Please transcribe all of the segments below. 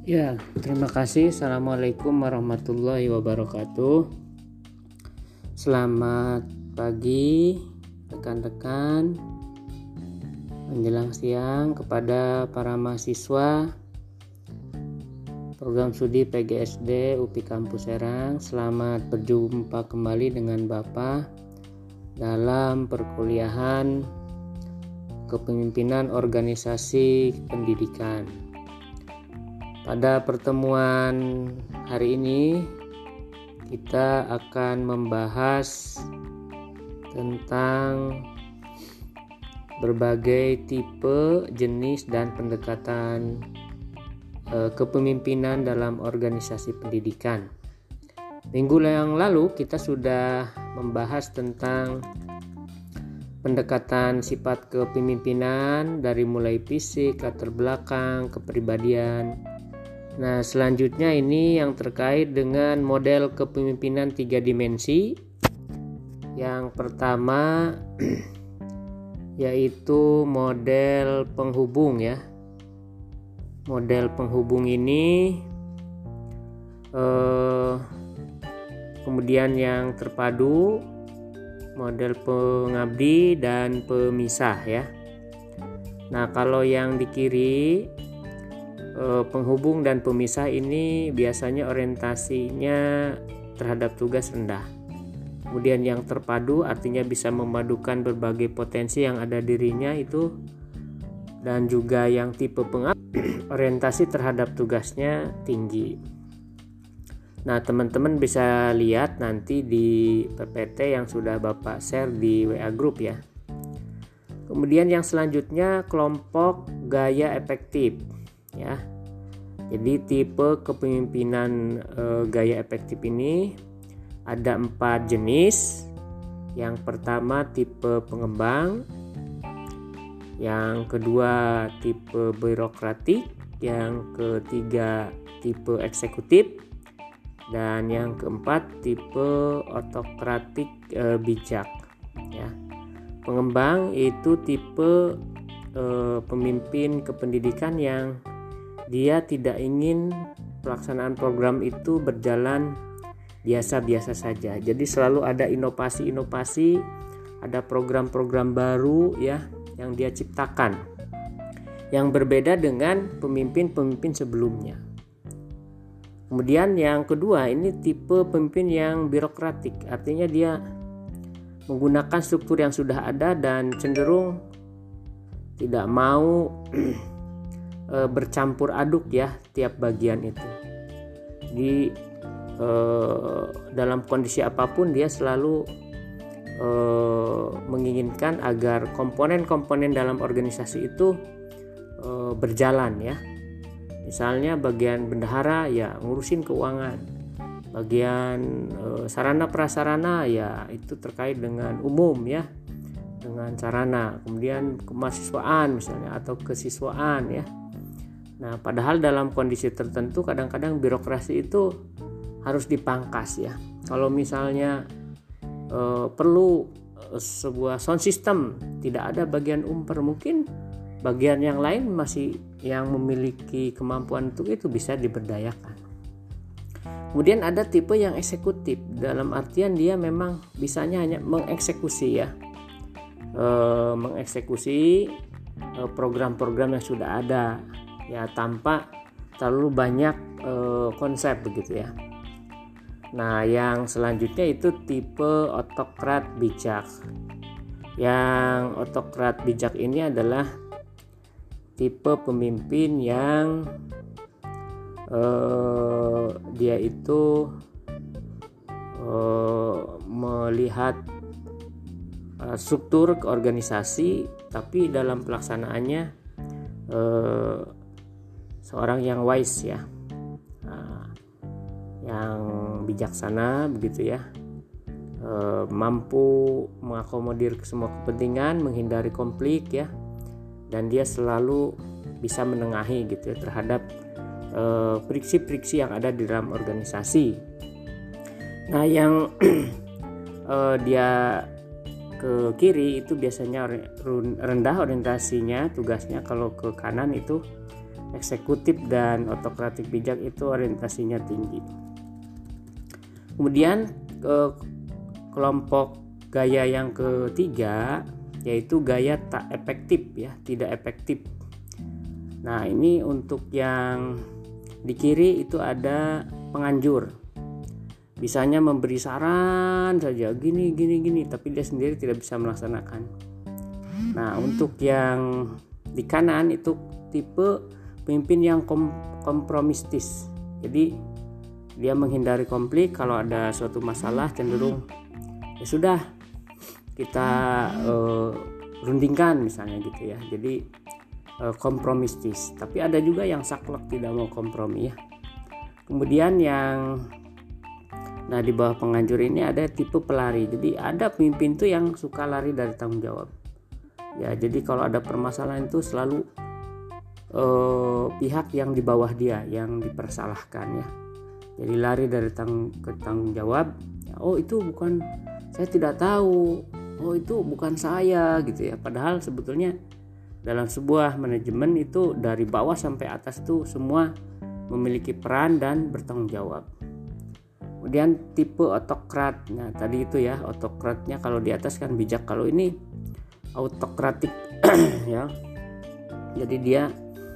Ya, terima kasih. Assalamualaikum warahmatullahi wabarakatuh. Selamat pagi rekan-rekan, menjelang siang kepada para mahasiswa program studi PGSD UPI Kampus Serang. Selamat berjumpa kembali dengan Bapak dalam perkuliahan Kepemimpinan Organisasi Pendidikan. Pada pertemuan hari ini kita akan membahas tentang berbagai tipe, jenis, dan pendekatan kepemimpinan dalam organisasi pendidikan. Minggu yang lalu kita sudah membahas tentang pendekatan sifat kepemimpinan dari mulai fisik, latar belakang, kepribadian. Nah, selanjutnya ini yang terkait dengan model kepemimpinan 3 dimensi. Yang pertama yaitu model penghubung ya. Model penghubung ini kemudian yang terpadu, model pengabdi dan pemisah ya. Nah, kalau yang di kiri penghubung dan pemisah ini biasanya orientasinya terhadap tugas rendah. Kemudian yang terpadu artinya bisa memadukan berbagai potensi yang ada dirinya itu, dan juga yang tipe pengabdi orientasi terhadap tugasnya tinggi. Nah, teman-teman bisa lihat nanti di PPT yang sudah Bapak share di WA Group ya. Kemudian yang selanjutnya kelompok gaya efektif ya. Jadi tipe kepemimpinan gaya efektif ini ada 4 jenis. Yang pertama tipe pengembang, yang kedua tipe birokratik, yang ketiga tipe eksekutif, dan yang keempat tipe otokratik bijak ya. Pengembang itu tipe pemimpin kependidikan yang dia tidak ingin pelaksanaan program itu berjalan biasa-biasa saja. Jadi selalu ada inovasi-inovasi, ada program-program baru ya yang dia ciptakan, yang berbeda dengan pemimpin-pemimpin sebelumnya. Kemudian yang kedua ini tipe pemimpin yang birokratik, artinya dia menggunakan struktur yang sudah ada dan cenderung tidak mau bercampur aduk ya tiap bagian itu. Di dalam kondisi apapun dia selalu menginginkan agar komponen-komponen dalam organisasi itu berjalan ya. Misalnya bagian bendahara ya ngurusin keuangan, bagian sarana prasarana ya itu terkait dengan umum ya, dengan sarana, kemudian kemahasiswaan misalnya atau kesiswaan ya. Nah, padahal dalam kondisi tertentu kadang-kadang birokrasi itu harus dipangkas ya. Kalau misalnya perlu sebuah sound system, tidak ada bagian umper, mungkin bagian yang lain masih yang memiliki kemampuan untuk itu bisa diberdayakan. Kemudian ada tipe yang eksekutif, dalam artian dia memang bisanya hanya mengeksekusi ya, mengeksekusi program-program yang sudah ada ya, tanpa terlalu banyak konsep begitu ya. Nah, yang selanjutnya itu tipe otokrat bijak. Yang otokrat bijak ini adalah tipe pemimpin yang dia itu melihat struktur keorganisasi, tapi dalam pelaksanaannya seorang yang wise ya, yang bijaksana begitu ya, mampu mengakomodir semua kepentingan, menghindari konflik ya, dan dia selalu bisa menengahi gitu ya terhadap friksi-friksi yang ada di dalam organisasi. Nah, yang dia ke kiri itu biasanya rendah orientasinya tugasnya, kalau ke kanan itu eksekutif dan otokratik bijak itu orientasinya tinggi. Kemudian kelompok gaya yang ketiga yaitu gaya tak efektif ya, tidak efektif. Nah, ini untuk yang di kiri itu ada penganjur. Bisanya memberi saran saja, gini, tapi dia sendiri tidak bisa melaksanakan. Nah, untuk yang di kanan itu tipe pemimpin yang kompromistis. Jadi dia menghindari konflik. Kalau ada suatu masalah cenderung ya sudah kita rundingkan misalnya gitu ya. Jadi kompromistis. Tapi ada juga yang saklek, tidak mau kompromi ya. Kemudian di bawah penganjur ini ada tipe pelari. Jadi ada pemimpin tuh yang suka lari dari tanggung jawab. Ya, jadi kalau ada permasalahan itu selalu pihak yang di bawah dia yang dipersalahkan ya. Jadi lari dari tanggung jawab. Ya, oh itu bukan, saya tidak tahu. Oh itu bukan saya gitu ya. Padahal sebetulnya dalam sebuah manajemen itu dari bawah sampai atas itu semua memiliki peran dan bertanggung jawab. Kemudian tipe otokrat. Nah, tadi itu ya, otokratnya kalau di atas kan bijak, kalau ini autokratik ya. Jadi dia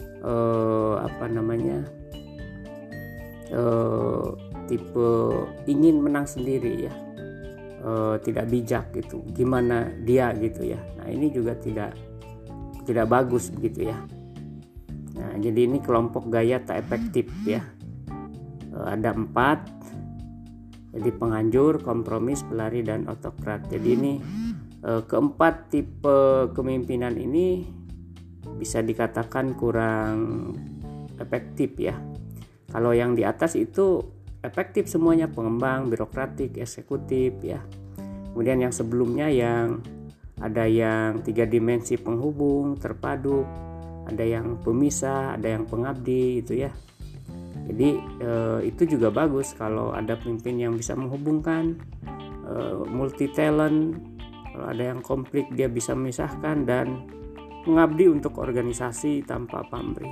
tipe ingin menang sendiri ya. Tidak bijak gitu. Gimana dia gitu ya. Nah, ini juga tidak bagus begitu ya. Nah, jadi ini kelompok gaya tak efektif ya. Ada 4. Jadi penganjur, kompromis, pelari, dan otokrat. Jadi ini keempat tipe kepemimpinan ini bisa dikatakan kurang efektif ya. Kalau yang di atas itu efektif semuanya, pengembang, birokratik, eksekutif ya. Kemudian yang sebelumnya yang ada yang 3 dimensi penghubung, terpadu, ada yang pemisah, ada yang pengabdi gitu ya. Jadi itu juga bagus kalau ada pemimpin yang bisa menghubungkan, multi talent. Kalau ada yang konflik dia bisa memisahkan dan mengabdi untuk organisasi tanpa pamrih.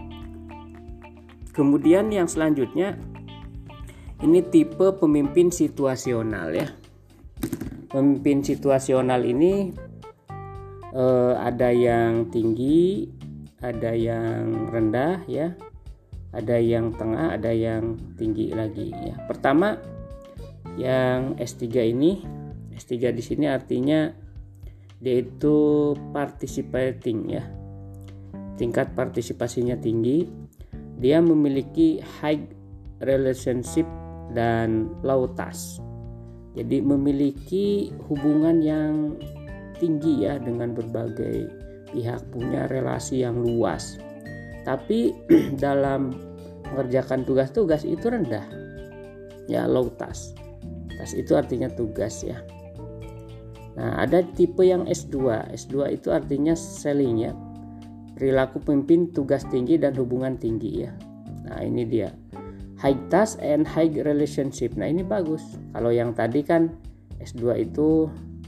Kemudian yang selanjutnya ini tipe pemimpin situasional ya. Pemimpin situasional ini ada yang tinggi, ada yang rendah ya. Ada yang tengah, ada yang tinggi lagi ya. Pertama yang S3 ini, S3 di sini artinya dia itu participating ya. Tingkat partisipasinya tinggi. Dia memiliki high relationship dan low trust. Jadi memiliki hubungan yang tinggi ya dengan berbagai pihak, punya relasi yang luas. Tapi dalam mengerjakan tugas-tugas itu rendah ya, low task. Task itu artinya tugas ya. Nah, ada tipe yang S2. S2 itu artinya selling ya, perilaku pemimpin, tugas tinggi dan hubungan tinggi ya. Nah, ini dia high task and high relationship. Nah, ini bagus. Kalau yang tadi kan S2 itu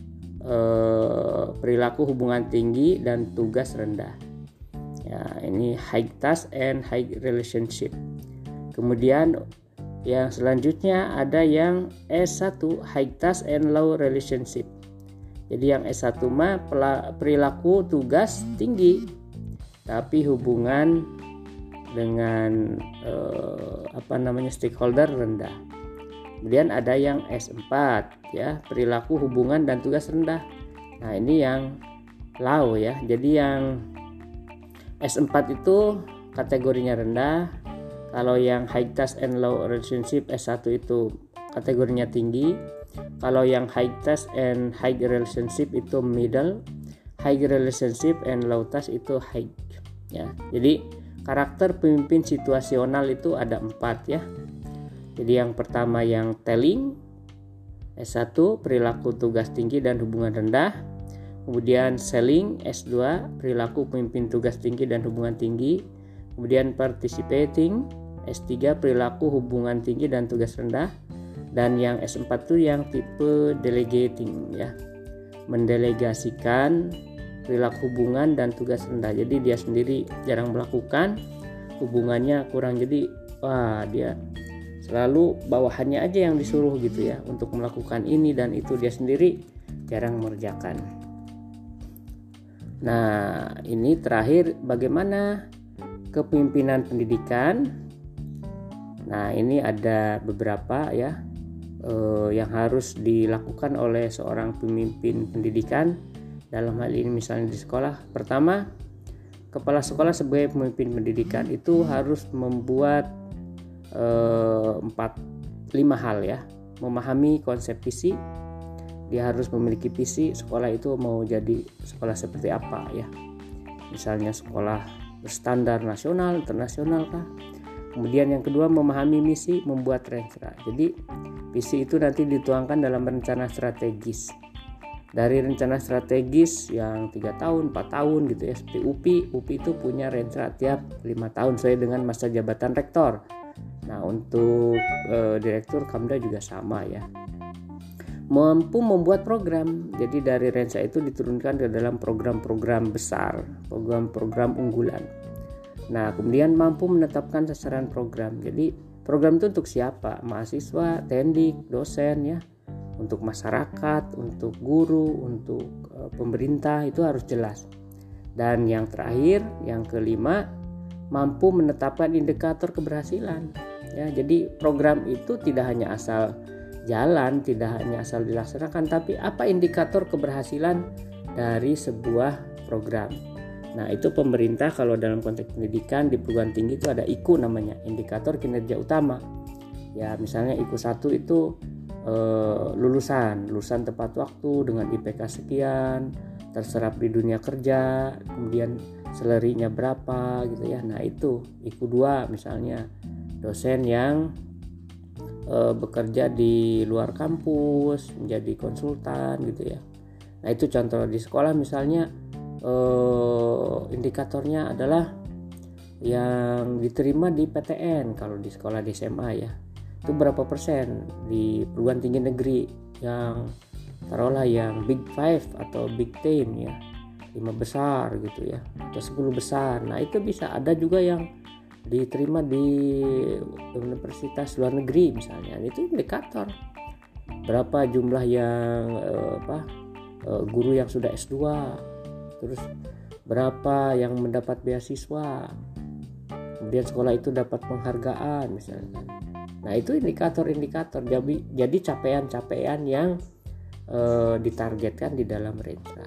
perilaku hubungan tinggi dan tugas rendah. Ya, ini high task and high relationship. Kemudian yang selanjutnya ada yang S1 high task and low relationship. Jadi yang S1 mah perilaku tugas tinggi tapi hubungan dengan stakeholder rendah. Kemudian ada yang S4 ya, perilaku hubungan dan tugas rendah. Nah, ini yang low ya. Jadi yang S4 itu kategorinya rendah. Kalau yang high task and low relationship S1 itu kategorinya tinggi. Kalau yang high task and high relationship itu middle. High relationship and low task itu high ya. Jadi karakter pemimpin situasional itu ada 4 ya. Jadi yang pertama yang telling S1, perilaku tugas tinggi dan hubungan rendah. Kemudian selling S2, perilaku pemimpin tugas tinggi dan hubungan tinggi. Kemudian participating S3, perilaku hubungan tinggi dan tugas rendah. Dan yang S4 itu yang tipe delegating ya, mendelegasikan perilaku hubungan dan tugas rendah. Jadi dia sendiri jarang melakukan, hubungannya kurang, jadi dia selalu bawahannya aja yang disuruh gitu ya untuk melakukan ini dan itu, dia sendiri jarang mengerjakan. Nah, ini terakhir bagaimana kepemimpinan pendidikan. Nah, ini ada beberapa ya yang harus dilakukan oleh seorang pemimpin pendidikan dalam hal ini misalnya di sekolah. Pertama, kepala sekolah sebagai pemimpin pendidikan itu harus membuat 4-5 hal ya. Memahami konsep visi, dia harus memiliki visi sekolah itu mau jadi sekolah seperti apa ya. Misalnya sekolah berstandar nasional, internasional kah. Kemudian yang kedua, memahami misi, membuat rencana. Jadi visi itu nanti dituangkan dalam rencana strategis. Dari rencana strategis yang 3 tahun, 4 tahun gitu ya, seperti UPI itu punya rencana tiap 5 tahun sesuai dengan masa jabatan rektor. Nah, untuk direktur Kamda juga sama ya. Mampu membuat program. Jadi dari rencana itu diturunkan ke dalam program-program besar, program-program unggulan. Nah, kemudian mampu menetapkan sasaran program. Jadi program itu untuk siapa? Mahasiswa, tendik, dosen ya. Untuk masyarakat, untuk guru, untuk pemerintah, itu harus jelas. Dan yang terakhir, yang kelima, mampu menetapkan indikator keberhasilan. Ya, jadi program itu tidak hanya asal jalan, tidak hanya asal dilaksanakan, tapi apa indikator keberhasilan dari sebuah program. Nah, itu pemerintah kalau dalam konteks pendidikan di perguruan tinggi itu ada IKU namanya, indikator kinerja utama. Ya, misalnya IKU 1 itu lulusan tepat waktu dengan IPK sekian, terserap di dunia kerja, kemudian salary-nya berapa gitu ya. Nah, itu IKU 2 misalnya dosen yang bekerja di luar kampus menjadi konsultan gitu ya. Nah, itu contoh di sekolah misalnya indikatornya adalah yang diterima di PTN kalau di sekolah di SMA ya. Itu berapa persen di perguruan tinggi negeri yang taruhlah yang Big 5 atau Big 10 ya, 5 besar gitu ya, atau 10 besar. Nah, itu bisa ada juga yang diterima di universitas luar negeri misalnya. Itu indikator berapa jumlah yang guru yang sudah S2, terus berapa yang mendapat beasiswa, kemudian sekolah itu dapat penghargaan misalnya. Nah, itu indikator-indikator. Jadi capaian-capaian yang ditargetkan di dalam rencana.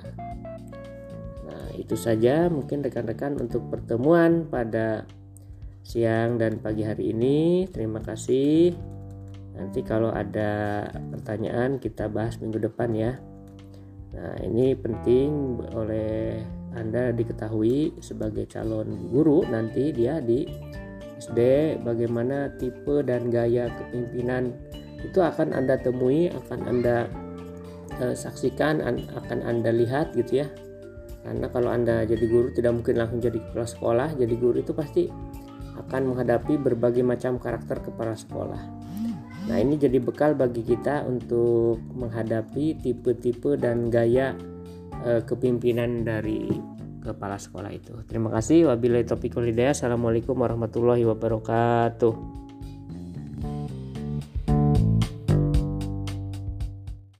Nah, itu saja mungkin rekan-rekan untuk pertemuan pada siang dan pagi hari ini. Terima kasih. Nanti kalau ada pertanyaan kita bahas minggu depan ya. Nah, ini penting oleh Anda diketahui sebagai calon guru nanti dia di SD, bagaimana tipe dan gaya kepemimpinan itu akan Anda temui, akan Anda saksikan, akan Anda lihat gitu ya. Karena kalau Anda jadi guru tidak mungkin langsung jadi kepala sekolah. Jadi guru itu pasti akan menghadapi berbagai macam karakter kepala sekolah. Nah, ini jadi bekal bagi kita untuk menghadapi tipe-tipe dan gaya kepemimpinan dari kepala sekolah itu. Terima kasih. Wabillahi taufiq wal hidayah. Assalamualaikum warahmatullahi wabarakatuh.